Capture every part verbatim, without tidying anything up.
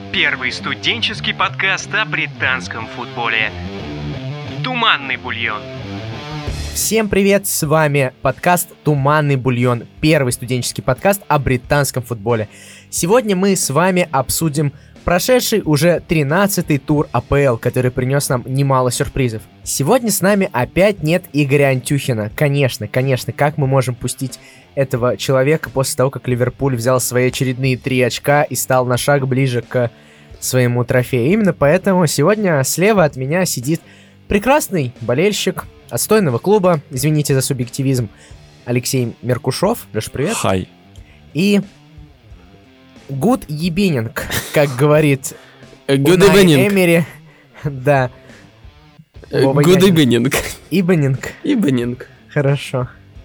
Первый студенческий подкаст о британском футболе. Туманный бульон. Всем привет, с вами подкаст «Туманный бульон», первый студенческий подкаст о британском футболе. Сегодня мы с вами обсудим прошедший уже тринадцатый тур АПЛ, который принес нам немало сюрпризов. Сегодня с нами опять нет Игоря Антюхина. Конечно, конечно, как мы можем пустить этого человека после того, как Ливерпуль взял свои очередные три очка и стал на шаг ближе к своему трофею. Именно поэтому сегодня слева от меня сидит прекрасный болельщик отстойного клуба, извините за субъективизм, Алексей Меркушев. Леш, привет. Хай. И Good evening, как говорит Good Унай evening. Эмери. Да. Вова Good Янин. evening. Evening. Evening. Хорошо.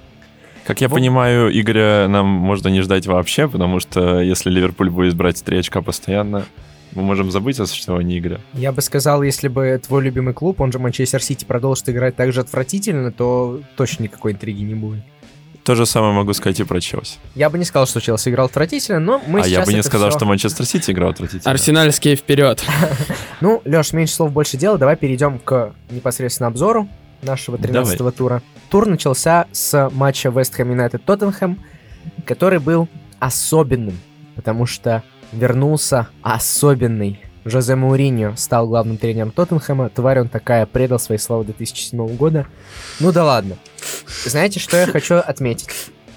Как я Во- понимаю, Игоря нам можно не ждать вообще, потому что если Ливерпуль будет брать три очка постоянно, мы можем забыть о существовании Игоря. Я бы сказал, если бы твой любимый клуб, он же Манчестер Сити, продолжит играть так же отвратительно, то точно никакой интриги не будет. То же самое могу сказать и про Челси. Я бы не сказал, что Челси играл отвратительно, но мы а сейчас я бы не это сказал, всё- что Манчестер Сити играл отвратительно. Арсенальские вперед. Ну, Леш, меньше слов, больше дела. Давай перейдем к непосредственно обзору нашего тринадцатого тура. Тур начался с матча Вест Хэм Юнайтед Тоттенхэм, который был особенным, потому что вернулся особенный. Жозе Мауриньо стал главным тренером Тоттенхэма. Тварь он такая, предал свои слова две тысячи седьмого года. Ну да ладно. Знаете, что я хочу отметить?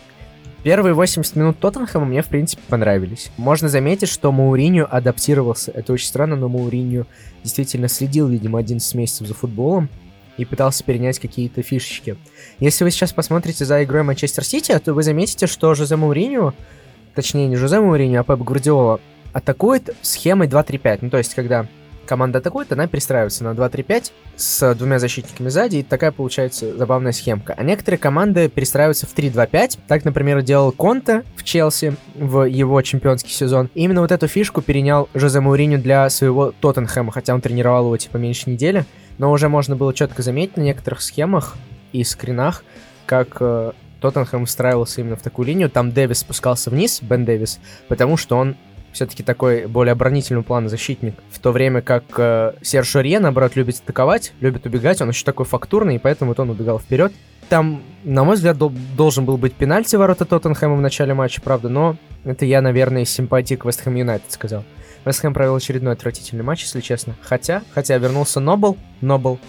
Первые восемьдесят минут Тоттенхэма мне, в принципе, понравились. Можно заметить, что Мауриньо адаптировался. Это очень странно, но Мауриньо действительно следил, видимо, одиннадцать месяцев за футболом и пытался перенять какие-то фишечки. Если вы сейчас посмотрите за игрой Манчестер Сити, то вы заметите, что Жозе Мауриньо, точнее, не Жозе Мауриньо, а Пеп Гвардиола, атакует схемой два три пять. Ну, то есть, когда команда атакует, она перестраивается на два три пять с двумя защитниками сзади, и такая получается забавная схемка. А некоторые команды перестраиваются в три два пять. Так, например, делал Конте в Челси в его чемпионский сезон. И именно вот эту фишку перенял Жозе Мауриньо для своего Тоттенхэма, хотя он тренировал его типа меньше недели. Но уже можно было четко заметить на некоторых схемах и скринах, как э, Тоттенхэм встраивался именно в такую линию. Там Дэвис спускался вниз, Бен Дэвис, потому что он все-таки такой более оборонительного плана защитник. В то время как э, Серж Орье, наоборот, любит атаковать, любит убегать. Он еще такой фактурный, и поэтому вот он убегал вперед. Там, на мой взгляд, дол- должен был быть пенальти в ворота Тоттенхэма в начале матча, правда, но это я, наверное, из симпатии к Вест Хэм Юнайтед сказал. Вест Хэм провел очередной отвратительный матч, если честно. Хотя, хотя вернулся Нобл, Нобл,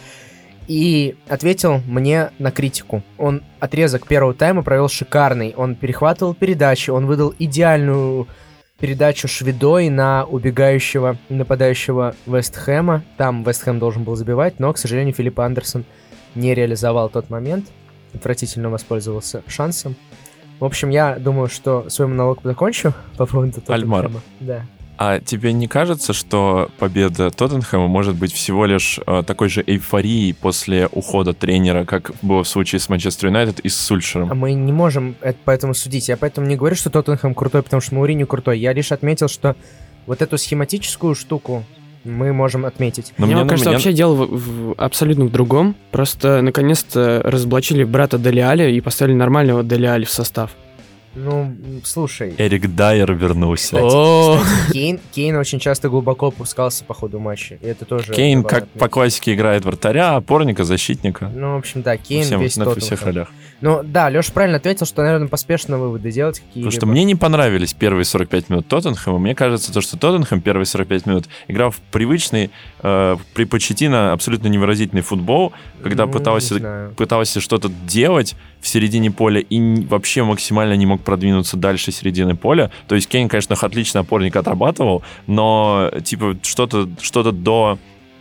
и ответил мне на критику. Он отрезок первого тайма провел шикарный. Он перехватывал передачи, он выдал идеальную передачу Шведой на убегающего нападающего Вест Хэма. Там Вест Хэм должен был забивать, но, к сожалению, Филипп Андерсон не реализовал тот момент. Отвратительно воспользовался шансом. В общем, я думаю, что свой монолог закончу по поводу Тоттенхэма. Альмар. Да. А тебе не кажется, что победа Тоттенхэма может быть всего лишь э, такой же эйфорией после ухода тренера, как было в случае с Манчестер Юнайтед и с А Сульшером? мы не можем это поэтому судить. Я поэтому не говорю, что Тоттенхэм крутой, потому что Мауриньо крутой. Я лишь отметил, что вот эту схематическую штуку мы можем отметить. Но Мне мне- кажется, меня- вообще дело в, в абсолютно в другом. Просто наконец-то разоблачили брата Дели Алли и поставили нормального Дели Алли в состав. Ну, м, слушай. Эрик Дайер вернулся. О, Кстати, Кейн, Кейн очень часто глубоко опускался по ходу матча. И это тоже... Кейн, забавно как отметить. по классике, играет вратаря, опорника, защитника. Ну, в общем, да, Кейн Всем- весь на Тоттенхэм. всех ролях. Ну, да, Леша правильно ответил, что, наверное, поспешно выводы делать какие-либо. Потому что мне не понравились первые сорок пять минут Тоттенхэма. Мне кажется, то, что Тоттенхэм первые сорок пять минут играл в привычный, э, при Почеттино абсолютно невыразительный футбол, когда Ну, пытался, не знаю. пытался что-то делать в середине поля и н- вообще максимально не мог продвинуться дальше середины поля. То есть Кейн, конечно, отлично опорник отрабатывал, но типа что-то, что-то до...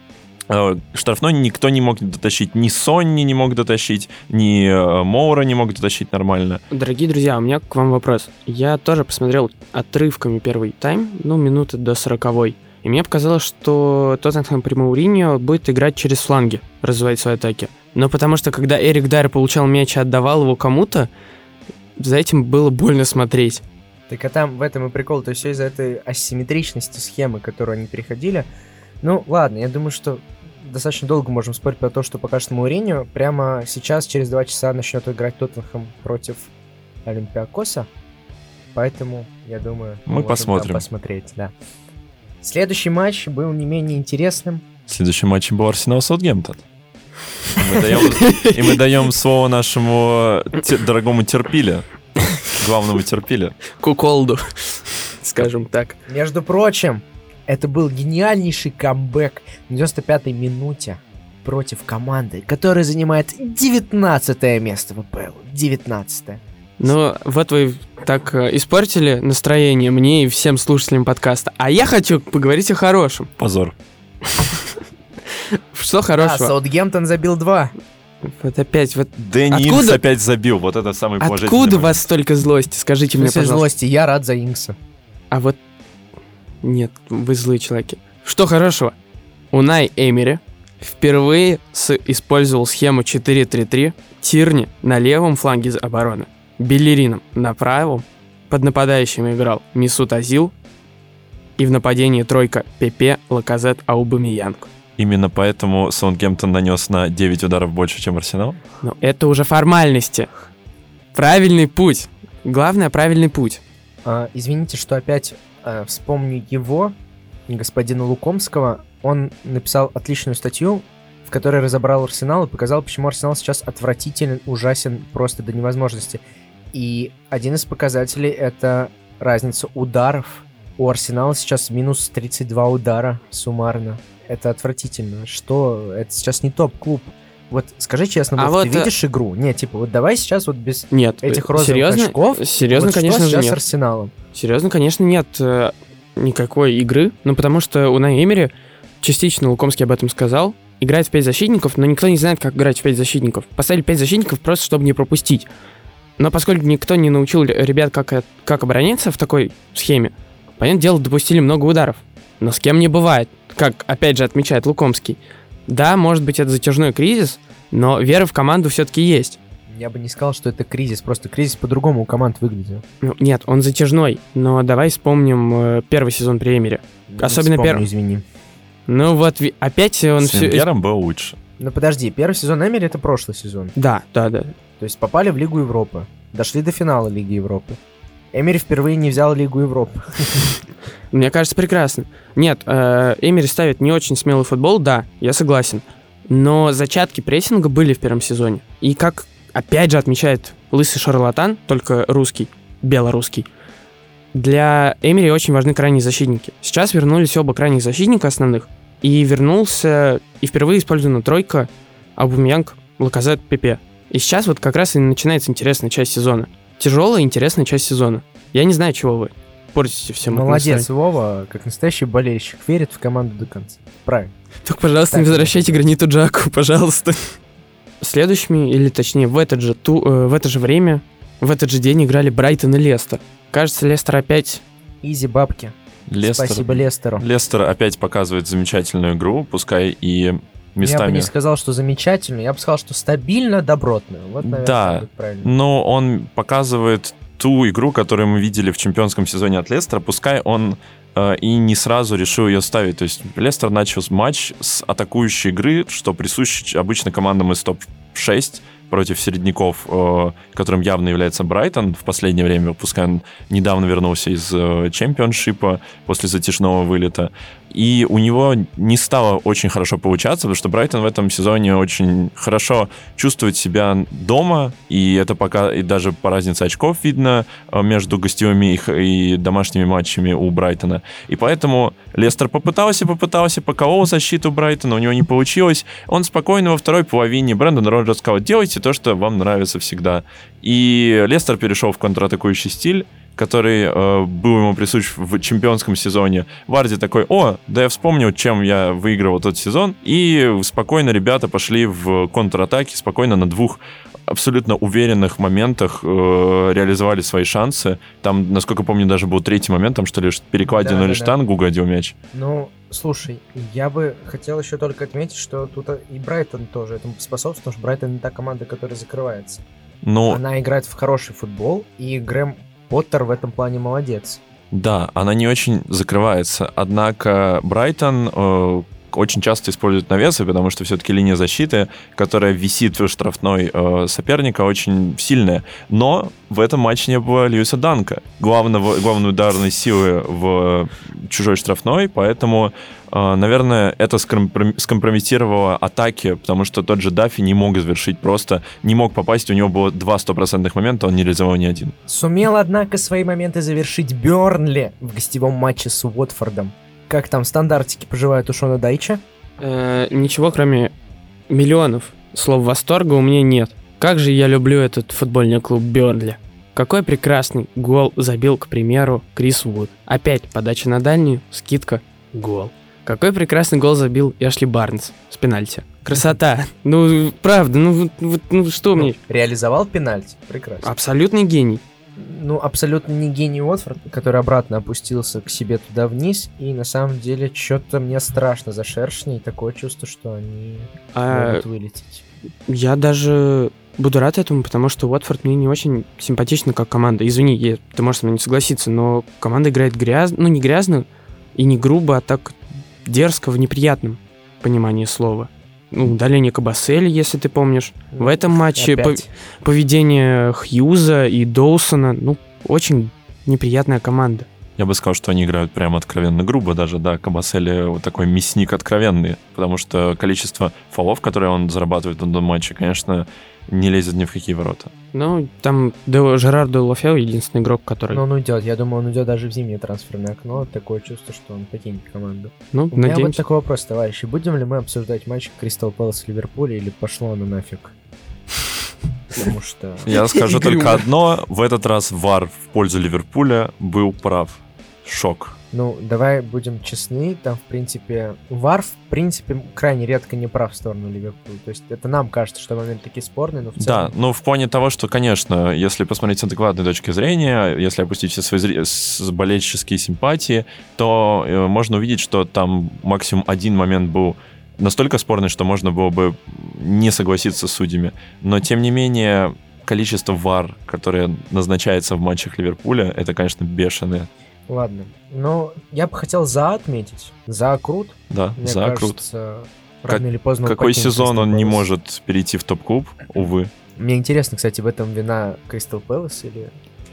э, штрафной никто не мог дотащить. Ни Сонни не мог дотащить, ни э, Моура не мог дотащить нормально. дорогие друзья, у меня к вам вопрос. Я тоже посмотрел отрывками первый тайм, ну, минуты до сороковой. И мне показалось, что Тоттенхэм при Мауриньо будет играть через фланги, развивать свои атаки. Но потому что, когда Эрик Дайер получал мяч и отдавал его кому-то, за этим было больно смотреть. Так а там в этом и прикол, то есть все из-за этой асимметричности схемы, которую они переходили. Ну, ладно, я думаю, что достаточно долго можем спорить про то, что покажет Мауриньо. Прямо сейчас, через два часа, начнет играть Тоттенхэм против Олимпиакоса. Поэтому, я думаю, Мы можем, посмотрим. да, посмотреть, да. Следующий матч был не менее интересным. Следующий матч был Арсенал-Саутгемптон. И мы даем слово нашему дорогому терпиле, главному терпиле. Куколду, скажем так. Между прочим, это был гениальнейший камбэк на девяносто пятой минуте против команды, которая занимает девятнадцатое место в АПЛ. девятнадцатое. Ну, вот вы так испортили настроение мне и всем слушателям подкаста. А я хочу поговорить о хорошем. Позор. Что хорошего? А, Саутгемптон забил два. Вот опять вот... Дэнни Инкс опять забил, вот это самый положительный. Откуда у вас столько злости? Скажите мне, пожалуйста. злости, я рад за Инкса. А вот... Нет, вы злые человеки. Что хорошего? Унай Эмери впервые с... использовал схему четыре три три. Тирни на левом фланге обороны, Белерином на правом, под нападающим играл Месут Озил, и в нападении тройка Пепе, Лаказет, Аубамейянг. Именно поэтому Саутгемптон нанес на девять ударов больше, чем Арсенал? Ну, это уже формальности. Правильный путь. Главное, правильный путь. А, извините, что опять а, вспомню его, господина Лукомского. Он написал отличную статью, в которой разобрал Арсенал и показал, почему Арсенал сейчас отвратителен, ужасен просто до невозможности. И один из показателей — это разница ударов. У Арсенала сейчас минус тридцать два удара суммарно. Это отвратительно. Что? Это сейчас не топ-клуб. Вот скажи честно, а вот вот ты видишь игру? Нет, типа, вот давай сейчас вот без нет, этих розовых серьезно? очков. Серьезно, вот конечно что же, сейчас нет. с Арсеналом? Серьезно, конечно, нет э, никакой игры. Ну, потому что Унай Эмери, частично Лукомский об этом сказал, играет в пять защитников, но никто не знает, как играть в пять защитников. Поставили пять защитников просто, чтобы не пропустить. Но поскольку никто не научил ребят, как, как обороняться в такой схеме, понятное дело, допустили много ударов. Но с кем не бывает, как, опять же, отмечает Лукомский. Да, может быть, это затяжной кризис, но вера в команду все-таки есть. Я бы не сказал, что это кризис, просто кризис по-другому у команд выглядел. Ну, нет, он затяжной, но давай вспомним э, первый сезон при Эмери. Не Особенно вспомню, первый. извини. Ну вот, ви- опять он С все... Венгером был лучше. Ну подожди, первый сезон Эмери — это прошлый сезон. Да, да, да. То есть попали в Лигу Европы, дошли до финала Лиги Европы. Эмери впервые не взял Лигу Европы. Мне кажется, прекрасно. Нет, э, Эмери ставит не очень смелый футбол, да, я согласен. Но зачатки прессинга были в первом сезоне. И как, опять же, отмечает лысый шарлатан, только русский, белорусский, для Эмери очень важны крайние защитники. Сейчас вернулись оба крайних защитника основных, и вернулся, и впервые использована тройка Аубамейянг, Лаказет, Пепе. И сейчас вот как раз и начинается интересная часть сезона. Тяжелая, интересная часть сезона. Я не знаю, чего вы портите всем. Молодец, Вова, как настоящий болельщик, верит в команду до конца. Правильно. Только, пожалуйста, Так, не возвращайте Граниту Джаку, пожалуйста. Следующими, или точнее, в, этот же ту, э, в это же время, в этот же день играли Брайтон и Лестер. Кажется, Лестер опять... Изи бабки. Лестер, Спасибо Лестеру. Лестер опять показывает замечательную игру, пускай и местами... Я бы не сказал, что замечательно, я бы сказал, что стабильно добротную. Вот, наверное, Да, будет правильно. но он показывает ту игру, которую мы видели в чемпионском сезоне от Лестера, пускай он э, и не сразу решил ее ставить. То есть Лестер начал матч с атакующей игры, что присуще обычно командам из топ шесть против середняков, э, которым явно является Брайтон в последнее время, пускай он недавно вернулся из э, чемпионшипа после затяжного вылета. И у него не стало очень хорошо получаться, потому что Брайтон в этом сезоне очень хорошо чувствует себя дома, и это пока и даже по разнице очков видно э, между гостевыми и, и домашними матчами у Брайтона. И поэтому Лестер попытался, попытался, поколол защиту Брайтона, у него не получилось. Он спокойно во второй половине Брэндон Роджерс сказал: делайте то, что вам нравится всегда. И Лестер перешел в контратакующий стиль, который э, был ему присущ в чемпионском сезоне. Варди такой: о, да я вспомнил, чем я выигрывал тот сезон. И спокойно ребята пошли в контратаке, спокойно на двух абсолютно уверенных моментах э, реализовали свои шансы. Там, насколько помню, даже был третий момент, там что ли перекладину Да, или да, штангу угодил мяч. Ну, слушай, я бы хотел еще только отметить, что тут и Брайтон тоже этому способствует, потому что Брайтон не та команда, которая закрывается. Ну, Она играет в хороший футбол, и Грэм Поттер в этом плане молодец. да, она не очень закрывается. Однако Брайтон, э, очень часто используют навесы, потому что все-таки линия защиты, которая висит в штрафной э, соперника, очень сильная. Но в этом матче не было Льюиса Данка, главного, главной ударной силы в чужой штрафной, поэтому, э, наверное, это скомпром- скомпрометировало атаки, потому что тот же Даффи не мог завершить просто, не мог попасть, у него было два стопроцентных момента, он не реализовал ни один. Сумел, однако, свои моменты завершить Бёрнли в гостевом матче с Уотфордом. Как там стандартики поживают у Шона Дайча? Э, ничего, кроме миллионов слов восторга у меня нет. Как же я люблю этот футбольный клуб Бёрнли. Какой прекрасный гол забил, к примеру, Крис Вуд. Опять подача на дальнюю, скидка, гол. Какой прекрасный гол забил Эшли Барнс с пенальти. Красота. Ну, правда, ну, ну, ну что Ну, мне... реализовал пенальти. Прекрасно. Абсолютный гений. Ну, абсолютно не гений Уотфорд, который обратно опустился к себе туда вниз. И на самом деле, что-то мне страшно за шершней. Такое чувство, что они А, могут вылететь. я даже буду рад этому, потому что Уотфорд мне не очень симпатична как команда. Извини, я- ты можешь со мной не согласиться, но команда играет грязно, ну не грязно и не грубо, а так дерзко в неприятном понимании слова. Ну, удаление Кабасели, если ты помнишь. В этом матче по- Опять. поведение Хьюза и Доусона, ну, очень неприятная команда. Я бы сказал, что они играют прямо откровенно грубо даже, да, Кабасели вот такой мясник откровенный, потому что количество фолов, которые он зарабатывает в одном матче, конечно, не лезет ни в какие ворота. Ну, там Де- Жерар де Лафео единственный игрок, который... Но он уйдет. Я думаю, он уйдет даже в зимнее трансферное окно. Такое чувство, что он покинет команду. ну, У меня вот надеемся. такой вопрос, товарищи. Будем ли мы обсуждать матч Кристал Пэлас Ливерпуля или пошло оно нафиг? Потому что... Я скажу Игрюмо. только одно, в этот раз ВАР в пользу Ливерпуля был прав. Шок. Ну, давай будем честны, там, в принципе, ВАР, в принципе, крайне редко не прав в сторону Ливерпуля. То есть это нам кажется, что момент такие спорные, но в Да, целом... ну в плане того, что, конечно, если посмотреть с адекватной точки зрения, если опустить все свои зри- с- болельческие симпатии, то э, можно увидеть, что там максимум один момент был настолько спорный, что можно было бы не согласиться с судьями. Но, тем не менее, количество ВАР, которое назначается в матчах Ливерпуля, это, конечно, бешеное. Ладно. Но я бы хотел за отметить. За крут. Да, Мне за крут. кажется, Как- рано или поздно он Какой покинет сезон Crystal он не Palace. может перейти в топ-клуб, увы. Мне интересно, кстати, в этом вина Кристал Пэлас или...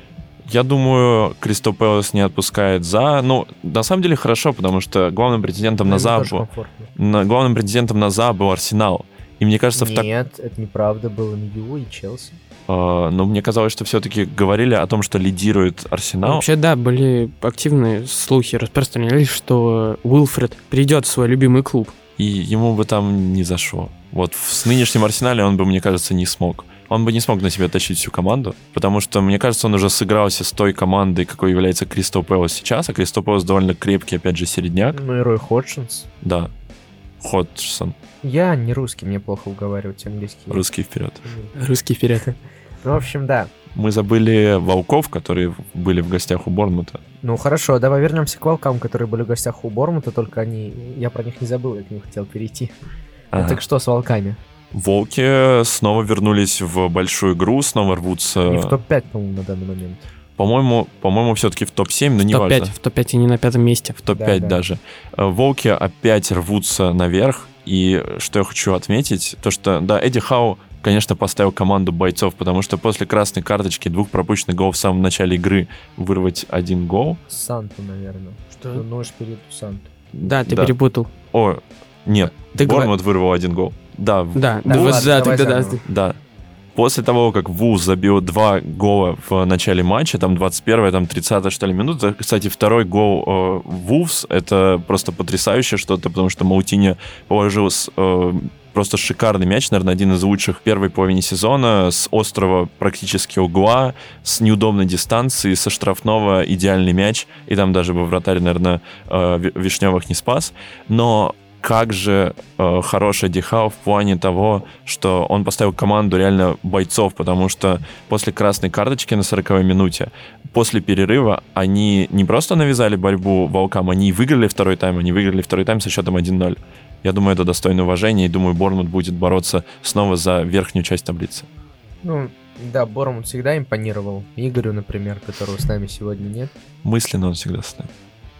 Я думаю, Кристал Пэлас не отпускает за. Ну, на самом деле хорошо, потому что главным претендентом на за Наверное, тоже был, комфортно. на, главным претендентом на за был Арсенал. И мне кажется, в так, Нет, это неправда, было Нью и Челси. э, но мне казалось, что все-таки говорили о том, что лидирует Арсенал. Вообще, да, были активные слухи, распространялись, что Уилфред придет в свой любимый клуб. И ему бы там не зашло. Вот в- с нынешним Арсенале он бы, мне кажется, не смог. Он бы не смог на себя тащить всю команду, потому что, мне кажется, он уже сыгрался с той командой, какой является Кристал Пэлас сейчас, а Кристал Пэлас довольно крепкий, опять же, середняк. Ну и Рой Ходжинс. Да. Ходжсон. Я не русский, мне плохо уговаривать английский. Русский вперед. Русский вперед. Ну, в общем, да. Мы забыли волков, которые были в гостях у Борнмута. Ну хорошо, давай вернемся к волкам, которые были в гостях у Бормута, только они... Я про них не забыл, я к ним хотел перейти. Ну, Ага. так что с волками? Волки снова вернулись в большую игру, снова рвутся, Не в топ пять, по-моему, на данный момент. по-моему, по-моему, все-таки в топ семь, но не топ важно. пять, в топ пять и не на пятом месте. В топ пять Да, да. даже. Э, Волки опять рвутся наверх, и что я хочу отметить, то что, да, Эдди Хау, конечно, поставил команду бойцов, потому что после красной карточки, двух пропущенных голов в самом начале игры вырвать один гол. Санту, наверное. Что? Ну, нож перед Санту. Да, ты Да. перепутал. О, нет, Ты говор- Борнмут вырвал один гол. Да, в- Да, Да, да, вот ладно, да, давай тогда да. заново. Да. После того, как Вулс забил два гола в начале матча, там двадцать первая, там тридцатая, что ли, минута. Кстати, второй гол э, Вулс, это просто потрясающе что-то, потому что Маутиньо положил с, э, просто шикарный мяч, наверное, один из лучших в первой половине сезона, с острого практически угла, с неудобной дистанции, со штрафного идеальный мяч, и там даже бы вратарь, наверное, э, Ви- Вишневых не спас. Но как же э, хороший Эдди Хау в плане того, что он поставил команду реально бойцов, потому что после красной карточки на сороковой минуте, после перерыва, они не просто навязали борьбу волкам, они и выиграли второй тайм, они выиграли второй тайм со счетом один ноль. Я думаю, это достойно уважения, и думаю, Борнмут будет бороться снова за верхнюю часть таблицы. Ну, да, Бормут всегда импонировал. Игорю, например, которого с нами сегодня нет. Мысленно он всегда с нами.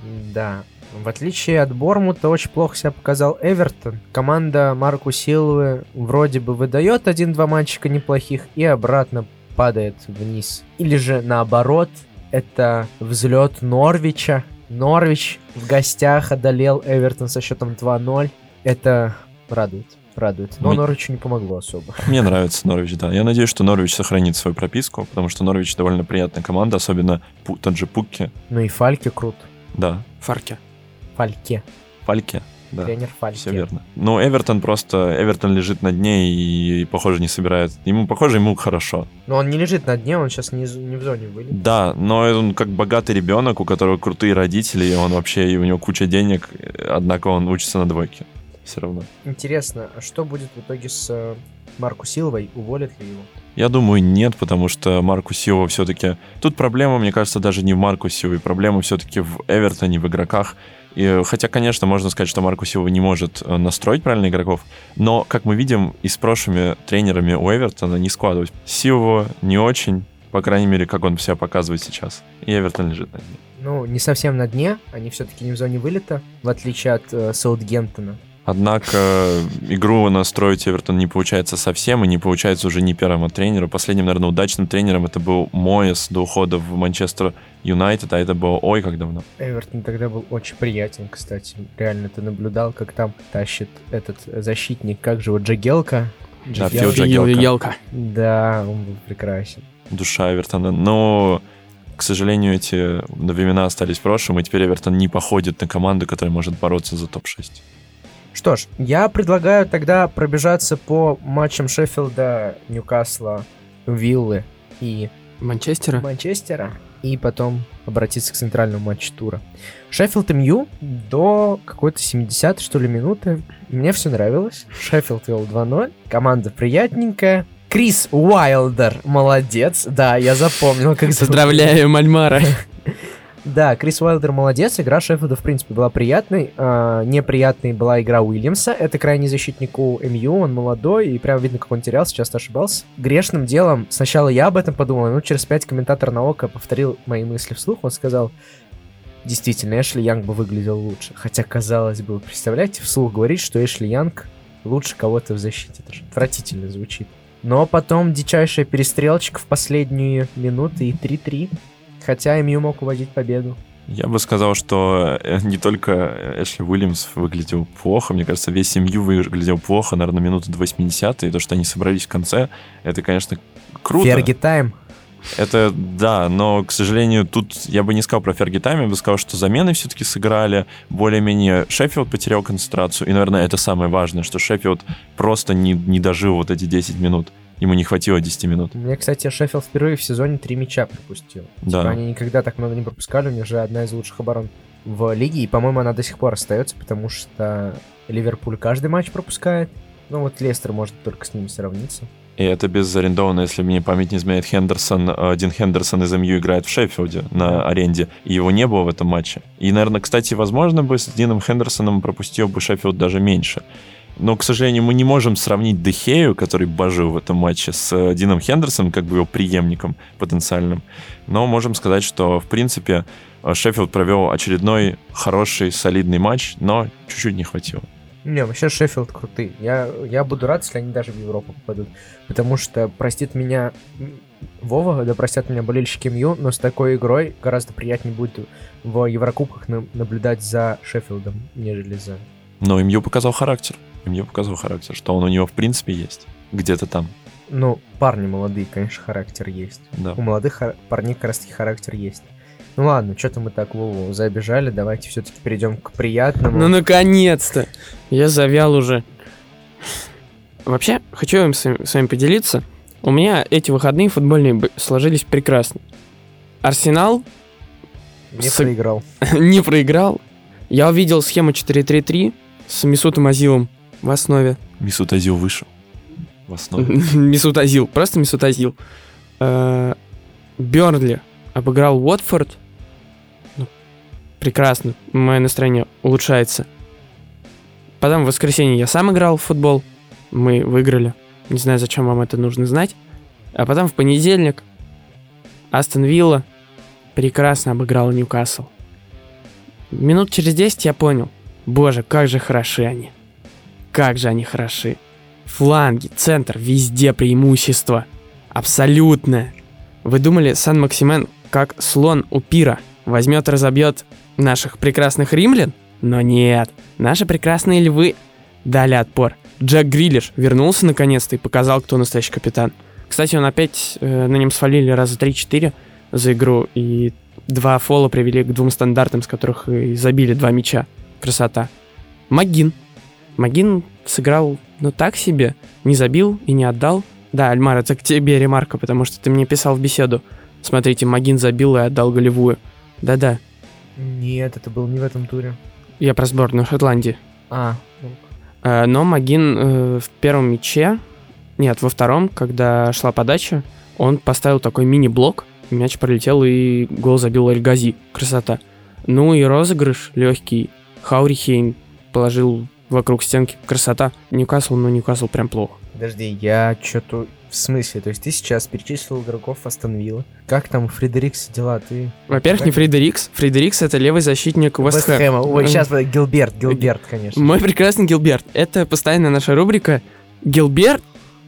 Да. В отличие от Бормута, очень плохо себя показал Эвертон. Команда Марку Силвы вроде бы выдает один-два матчика неплохих и обратно падает вниз. Или же наоборот, это взлет Норвича. Норвич в гостях одолел Эвертон со счетом два ноль. Это радует. Радует. Но Мне... Норвичу не помогло особо. Мне нравится Норвич, да. Я надеюсь, что Норвич сохранит свою прописку, потому что Норвич довольно приятная команда, особенно Пу... тот же Пукки. Ну и Фальке крут. Да. Фарке. Фальке. Фальке, да. Тренер Фальке. Все верно. Но Эвертон просто... Эвертон лежит на дне и, похоже, не собирает... Ему, похоже, ему хорошо. Но он не лежит на дне, он сейчас не, не в зоне вылет. Да, но он как богатый ребенок, у которого крутые родители, и он вообще... И у него куча денег, однако он учится на двойке. Все равно. Интересно, а что будет в итоге с э, Марку Силвой? Уволят ли его? Я думаю, нет, потому что Марку Силва все-таки... Тут проблема, мне кажется, даже не в Марку Силве, проблема все-таки в Эвертоне, в игроках. И, хотя, конечно, можно сказать, что Марку Силва не может настроить правильно игроков, но, как мы видим, и с прошлыми тренерами у Эвертона не складывалось. Силва не очень, по крайней мере, как он себя показывает сейчас. И Эвертон лежит на дне. Ну, не совсем на дне, они все-таки не в зоне вылета, в отличие от э, Саутгемптона. Однако игру настроить Эвертон не получается совсем, и не получается уже не первому тренеру. Последним, наверное, удачным тренером это был Моэс до ухода в Манчестер Юнайтед, а это было ой как давно. Эвертон тогда был очень приятен, кстати. Реально ты наблюдал, как там тащит этот защитник, как же его, Джагелка? Да, Фил Джагелка. Да, он был прекрасен. Душа Эвертона. Но, к сожалению, эти времена остались в прошлом, и теперь Эвертон не походит на команду, которая может бороться за топ шесть. Что ж, я предлагаю тогда пробежаться по матчам Шеффилда, Ньюкасла, Виллы и Манчестера. Манчестера, и потом обратиться к центральному матчу тура. Шеффилд МЮ до какой-то семидесятой, что ли, минуты. Мне все нравилось. Шеффилд вел два ноль. Команда приятненькая. Крис Уайлдер, молодец. Да, я запомнил, как... Поздравляю, Мальмара. Да, Крис Уайлдер молодец, игра Шеффилда, в принципе, была приятной. А, неприятной была игра Уильямса, это крайний защитник у МЮ, он молодой, и прям видно, как он терялся, часто ошибался. Грешным делом, сначала я об этом подумал, но через пять комментатор на око повторил мои мысли вслух, он сказал, действительно, Эшли Янг бы выглядел лучше. Хотя, казалось бы, представляете, вслух говорить, что Эшли Янг лучше кого-то в защите, это же отвратительно звучит. Но потом дичайшая перестрелочка в последние минуты и три-три. Хотя МЮ мог уводить победу. Я бы сказал, что не только Эшли Уильямс выглядел плохо, мне кажется, весь МЮ выглядел плохо, наверное, минуты до восьмидесятой, и то, что они собрались в конце, это, конечно, круто. Ферги тайм. Это, да, но, к сожалению, тут я бы не сказал про Ферги тайм, я бы сказал, что замены все-таки сыграли, более-менее Шеффилд потерял концентрацию, и, наверное, это самое важное, что Шеффилд просто не, не дожил вот эти десять минут. Ему не хватило десяти минут. Мне, кстати, Шеффилд впервые в сезоне три мяча пропустил. Да. Типа они никогда так много не пропускали, у них же одна из лучших оборон в лиге, и, по-моему, она до сих пор остается, потому что Ливерпуль каждый матч пропускает. Ну вот Лестер может только с ними сравниться. И это без арендованного, если мне память не изменяет, Хендерсон, Дин Хендерсон из МЮ играет в Шеффилде на аренде, и его не было в этом матче. И, наверное, кстати, возможно бы с Дином Хендерсоном пропустил бы Шеффилд даже меньше. Но, к сожалению, мы не можем сравнить Де Хею, который божил в этом матче, с Дином Хендерсоном, как бы его преемником потенциальным. Но можем сказать, что, в принципе, Шеффилд провел очередной хороший, солидный матч, но чуть-чуть не хватило. Не, вообще Шеффилд крутые. Я, я буду рад, если они даже в Европу попадут. Потому что, простит меня Вова, да простят меня болельщики МЮ, но с такой игрой гораздо приятнее будет в Еврокубках на- наблюдать за Шеффилдом, нежели за... Но МЮ показал характер. МЮ показал характер, что он у него в принципе есть. Где-то там. Ну, парни молодые, конечно, характер есть. Да. У молодых хар- парней как раз таки характер есть. Ну ладно, что-то мы так Вову забежали, давайте все-таки перейдем к приятному. Ну, наконец-то! Я завял уже. Вообще, хочу вам с с вами поделиться. У меня эти выходные футбольные б- сложились прекрасно. Арсенал Не с- проиграл. не проиграл. Я увидел схему четыре три три с Месутом Азилом в основе. Месут Азил вышел в основе. Месут Азил, просто Месут Азил. Бёрнли обыграл Уотфорд. Ну, прекрасно, мое настроение улучшается. Потом в воскресенье я сам играл в футбол. Мы выиграли. Не знаю, зачем вам это нужно знать. А потом в понедельник Астон Вилла прекрасно обыграл Ньюкасл. Минут через десять я понял. Боже, как же хороши они. Как же они хороши. Фланги, центр, везде преимущество. Абсолютное. Вы думали, Сен-Максимен, как слон у пира, возьмет и разобьет наших прекрасных римлян? Но нет. Наши прекрасные львы дали отпор. Джек Грилиш вернулся наконец-то и показал, кто настоящий капитан. Кстати, он опять, э, на нем свалили раза три-четыре за игру, и два фола привели к двум стандартам, с которых и забили два мяча. Красота. Магин. Магин сыграл, ну, так себе. Не забил и не отдал. Да, Альмар, это к тебе ремарка, потому что ты мне писал в беседу. Смотрите, Магин забил и отдал голевую. Да-да. Нет, это было не в этом туре. Я про сборную Шотландии. А. Э, но Магин э, в первом мяче, нет, во втором, когда шла подача, он поставил такой мини-блок, мяч пролетел и гол забил Эль-Гази. Красота. Ну и розыгрыш легкий. Хаури Хейн положил вокруг стенки. Красота. Ньюкасл, но Ньюкасл прям плохо. Подожди, я что-то... В смысле? То есть ты сейчас перечислил игроков Астон Виллы. Как там у Фредерикса дела? Ты... Во-первых, как... не Фредерикс. Фредерикс — это левый защитник Вест Хэма. Ой, сейчас Гилберт, Гилберт, конечно. Мой прекрасный Гилберт. Это постоянная наша рубрика. Гилберт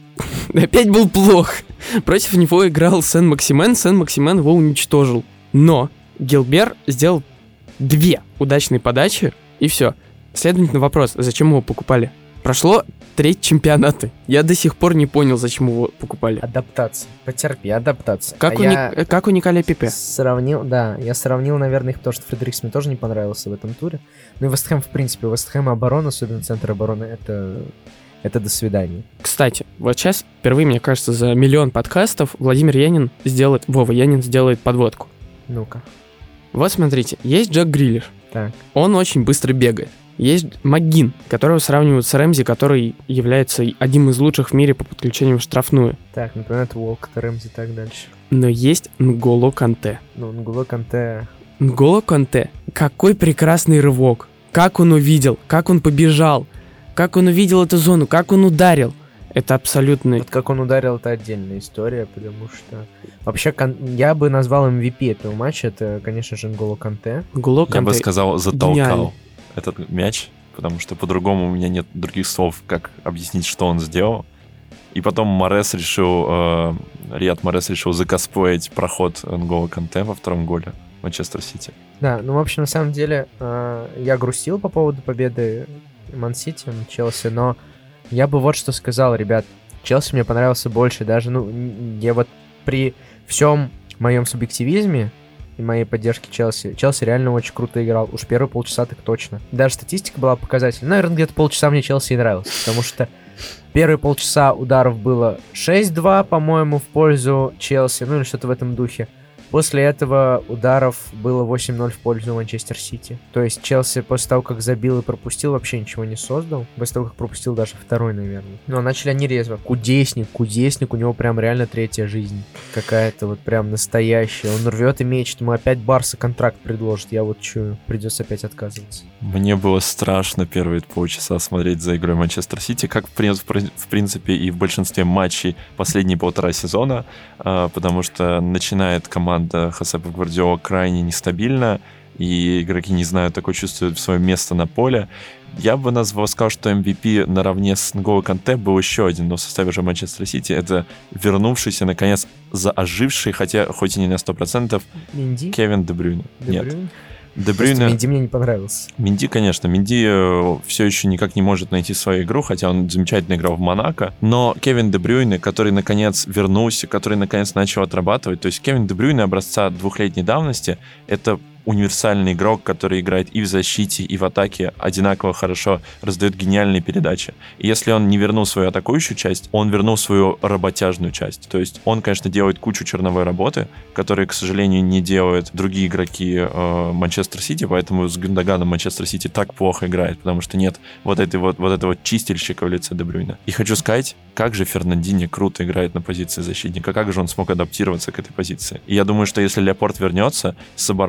опять был плох. Против него играл Сен-Максимен. Сен-Максимен его уничтожил. Но Гилберт сделал две удачные подачи, и все. Следовательно, вопрос, зачем его покупали? Прошло треть чемпионата. Я до сих пор не понял, зачем его покупали. Адаптация. Потерпи, адаптация. Как, а у, я... Ник... как у Николя Пипе. Сравнил, да, я сравнил, наверное, их, потому что Фредерикс мне тоже не понравился в этом туре. Ну и Вест Хэм, в принципе, Вест Хэм оборона, особенно центр обороны, это... это до свидания. Кстати, вот сейчас, впервые, мне кажется, за миллион подкастов Владимир Янин сделает... Вова Янин сделает подводку. Ну-ка. Вот смотрите, есть Джек Грилиш. Так. Он очень быстро бегает. Есть Магин, которого сравнивают с Рэмзи, который является одним из лучших в мире по подключению в штрафную. Так, например, это Уолкот, Рэмзи и так дальше. Но есть Нголо Канте. Ну, Нголо Канте... Нголо Канте. Какой прекрасный рывок. Как он увидел, как он побежал, как он увидел эту зону, как он ударил. Это абсолютно... Вот как он ударил, это отдельная история, потому что... Вообще, кон... я бы назвал эм ви пи этого матча, это, конечно же, Нголо Канте. Нголо Канте. Я бы сказал, затолкал гениальный. Этот мяч, потому что по-другому у меня нет других слов, как объяснить, что он сделал. И потом Морес решил, э, Риад Морес решил закоспоить проход Нголо Канте во втором голе Манчестер Сити. Да, ну, в общем, на самом деле, э, я грустил по поводу победы Ман-Сити над Челси, но я бы вот что сказал, ребят. Челси мне понравился больше, даже, ну, я вот при всем моем субъективизме и моей поддержке Челси, Челси реально очень круто играл. Уж первые полчаса так точно. Даже статистика была показательной. Наверное, где-то полчаса мне Челси и нравился, потому что первые полчаса ударов было шесть-два, по-моему, в пользу Челси, ну или что-то в этом духе. После этого ударов было восемь ноль в пользу Манчестер Сити. То есть Челси после того, как забил и пропустил, вообще ничего не создал. После того, как пропустил даже второй, наверное. Но начали они резво. Кудесник, Кудесник, у него прям реально третья жизнь. Какая-то вот прям настоящая. Он рвет и мечет. Ему опять Барса контракт предложит. Я вот чую, придется опять отказываться. Мне было страшно первые полчаса смотреть за игрой Манчестер Сити, как в принципе и в большинстве матчей последние полтора сезона, потому что начинает команда Хосепа Гвардиола крайне нестабильно, и игроки не знают, такое чувствуют свое место на поле. Я бы назвал, сказал, что эм ви пи наравне с Нголо Канте был еще один, но в составе же Манчестер Сити это вернувшийся, наконец, заоживший, хотя хоть и не на сто процентов, Минди? Кевин Де Брюйне. Де Нет. Брюйне? Де Брюйне... Минди мне не понравился. Минди, конечно, Минди все еще никак не может найти свою игру, хотя он замечательно играл в Монако, но Кевин Де Брюйне, который наконец вернулся, который наконец начал отрабатывать, то есть Кевин Де Брюйне образца двухлетней давности, это универсальный игрок, который играет и в защите, и в атаке одинаково хорошо, раздает гениальные передачи. И если он не вернул свою атакующую часть, он вернул свою работяжную часть. То есть он, конечно, делает кучу черновой работы, которые, к сожалению, не делают другие игроки э, Манчестер Сити, поэтому с Гюндоганом Манчестер Сити так плохо играет, потому что нет вот, этой вот, вот этого чистильщика в лице Де Брюйне. И хочу сказать, как же Фернандини круто играет на позиции защитника, как же он смог адаптироваться к этой позиции. И я думаю, что если Лепорт вернется с обороной, хотя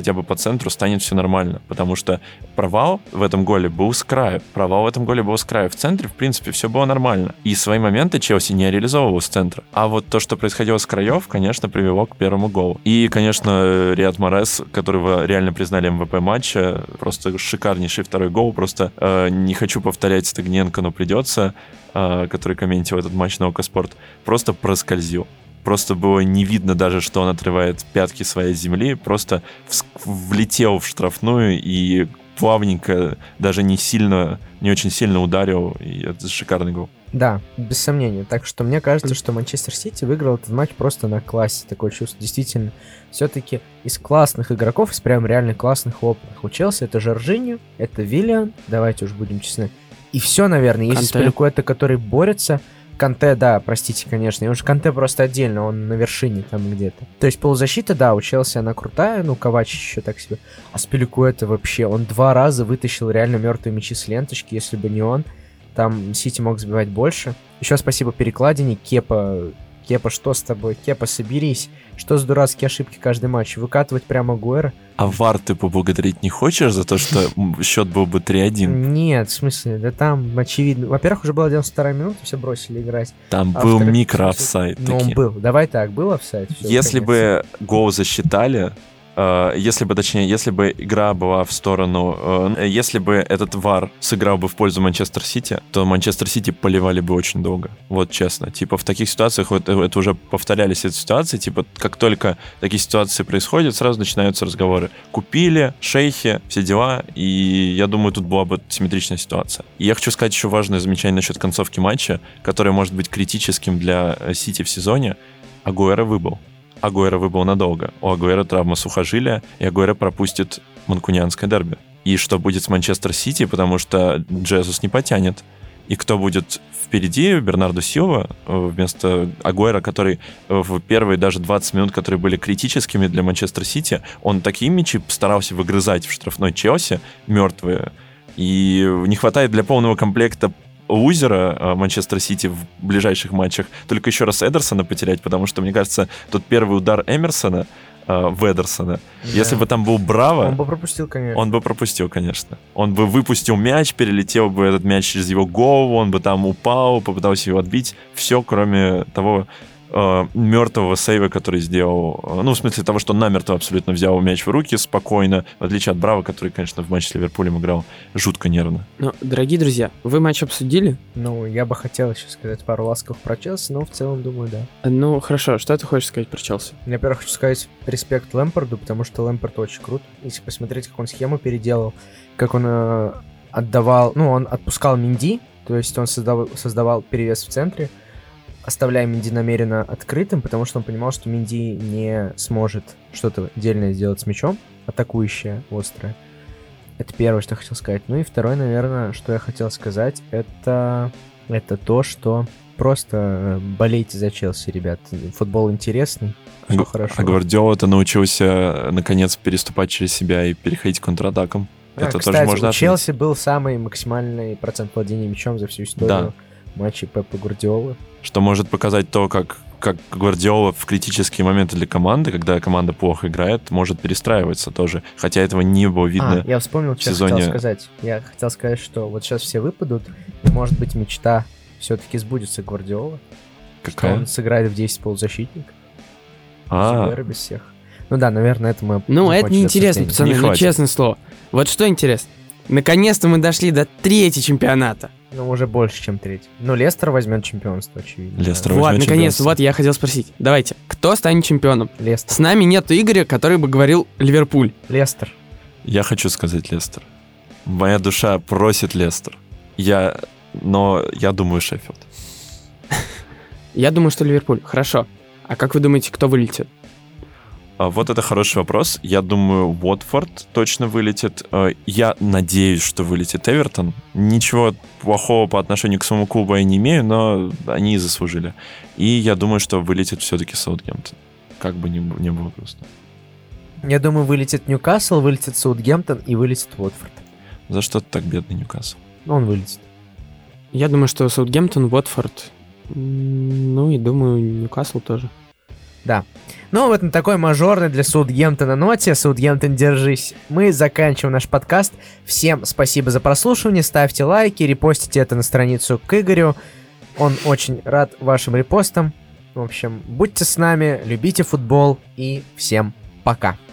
хотя бы по центру, станет все нормально. Потому что провал в этом голе был с краю. Провал в этом голе был с краю. В центре, в принципе, все было нормально. И свои моменты Челси не реализовывал с центра. А вот то, что происходило с краев, конечно, привело к первому голу. И, конечно, Риад Морес, которого реально признали эм вэ пэ матча, просто шикарнейший второй гол. Просто э, не хочу повторять Стагненко, но придется, э, который комментировал этот матч на Окоспорт, просто проскользил. Просто было не видно даже, что он отрывает пятки своей земли, просто влетел в штрафную и плавненько, даже не сильно, не очень сильно ударил, и это шикарный гол. Да, без сомнения. Так что мне кажется, что Манчестер Сити выиграл этот матч просто на классе. Такое чувство. Действительно, все-таки из классных игроков, из прям реально классных опытных. У Челси это Жоржиньо, это Виллиан, давайте уж будем честны. И все, наверное. Есть Спиликуэта, который борется. Канте, да, простите, конечно. И уж Канте просто отдельно, он на вершине там где-то. То есть полузащита, да, у Челси она крутая, ну, Ковачич еще так себе. А Спиликуэта вообще, он два раза вытащил реально мертвые мячи с ленточки, если бы не он. Там Сити мог забивать больше. Еще спасибо перекладине. Кепа, Кепа, что с тобой? Кепа, соберись. Что за дурацкие ошибки каждый матч? Выкатывать прямо Агуэро? А ВАР ты поблагодарить не хочешь за то, что счет был бы три один? Нет, в смысле, да там очевидно. Во-первых, уже была девяносто вторая минута, все бросили играть. Там а был микро-офсайд. Ну, он был. Давай так, был офсайд. Если бы гол засчитали, если бы, точнее, если бы игра была в сторону... Если бы этот ВАР сыграл бы в пользу Манчестер Сити, то Манчестер Сити поливали бы очень долго. Вот честно. Типа в таких ситуациях, вот это уже повторялись эти ситуации, типа как только такие ситуации происходят, сразу начинаются разговоры. Купили, шейхи, все дела, и я думаю, тут была бы симметричная ситуация. И я хочу сказать еще важное замечание насчет концовки матча, которое может быть критическим для Сити в сезоне. Агуэро выбыл. Агуэро выбыл надолго. У Агуэро травма сухожилия, и Агуэро пропустит манкунианское дерби. И что будет с Манчестер Сити, потому что Джезус не потянет. И кто будет впереди? Бернардо Силва вместо Агуэро, который в первые даже двадцать минут, которые были критическими для Манчестер Сити, он такие мячи старался выгрызать в штрафной Челси, мертвые. И не хватает для полного комплекта лузера Манчестер Сити в ближайших матчах только еще раз Эдерсона потерять, потому что, мне кажется, тот первый удар Эмерсона э, в Эдерсона, да. Если бы там был Браво... Он бы пропустил, конечно. Он бы пропустил, конечно. Он бы выпустил мяч, перелетел бы этот мяч через его голову, он бы там упал, попытался его отбить. Все, кроме того э, мертвого сейва, который сделал... Э, ну, в смысле того, что он намертво абсолютно взял мяч в руки спокойно, в отличие от Браво, который, конечно, в матче с Ливерпулем играл жутко нервно. Ну, дорогие друзья, вы матч обсудили? Ну, я бы хотел еще сказать пару ласковых про Челси, но в целом, думаю, да. Ну, хорошо, что ты хочешь сказать про Челси? Я, во-первых, хочу сказать респект Лэмпарду, потому что Лэмпард очень крут. Если посмотреть, как он схему переделал, как он э, отдавал... Ну, он отпускал Менди, то есть он создавал, создавал перевес в центре, оставляя Менди намеренно открытым, потому что он понимал, что Менди не сможет что-то дельное сделать с мячом, атакующее, острое. Это первое, что я хотел сказать. Ну и второе, наверное, что я хотел сказать, это, это то, что просто болейте за Челси, ребят. Футбол интересный, все а, хорошо. А Гвардиола-то научился, наконец, переступать через себя и переходить к контратакам. А, это кстати, тоже можно у отметить. Челси был самый максимальный процент владения мячом за всю историю да. матчей Пепа Гвардиолы. Что может показать то, как, как Гвардиола в критические моменты для команды, когда команда плохо играет, может перестраиваться тоже. Хотя этого не было видно. А, я вспомнил, что сезоне... я хотел сказать. Я хотел сказать, что вот сейчас все выпадут, и, может быть, мечта все-таки сбудется Гвардиола. Какая? Что он сыграет в десять полузащитников. А, без всех. Ну да, наверное, это мы... Ну, это неинтересно, пацаны, не ну, честное слово. Вот что интересно. Наконец-то мы дошли до третьего чемпионата. Ну, уже больше, чем третий. Ну, Лестер возьмет чемпионство, очевидно. Лестер Вот, возьмет наконец, чемпионство. вот я хотел спросить. Давайте, кто станет чемпионом? Лестер. С нами нету Игоря, который бы говорил Ливерпуль. Лестер. Я хочу сказать Лестер. Моя душа просит Лестер. Я... Но я думаю Шеффилд. Я думаю, что Ливерпуль. Хорошо. А как вы думаете, кто вылетит? А вот это хороший вопрос. Я думаю, Уотфорд точно вылетит. Я надеюсь, что вылетит Эвертон. Ничего плохого по отношению к своему клубу я не имею, но они и заслужили. И я думаю, что вылетит все-таки Саутгемптон. Как бы ни, ни было грустно. Я думаю, вылетит Ньюкасл, вылетит Саутгемптон и вылетит Уотфорд. За что ты так бедный Ньюкасл? Ну, он вылетит. Я думаю, что Саутгемптон, Уотфорд. Ну и думаю, Ньюкасл тоже. Да. Ну, вот на такой мажорной для Саутгемптона ноте, Саутгемптон, держись, мы заканчиваем наш подкаст. Всем спасибо за прослушивание, ставьте лайки, репостите это на страницу к Игорю. Он очень рад вашим репостам. В общем, будьте с нами, любите футбол и всем пока.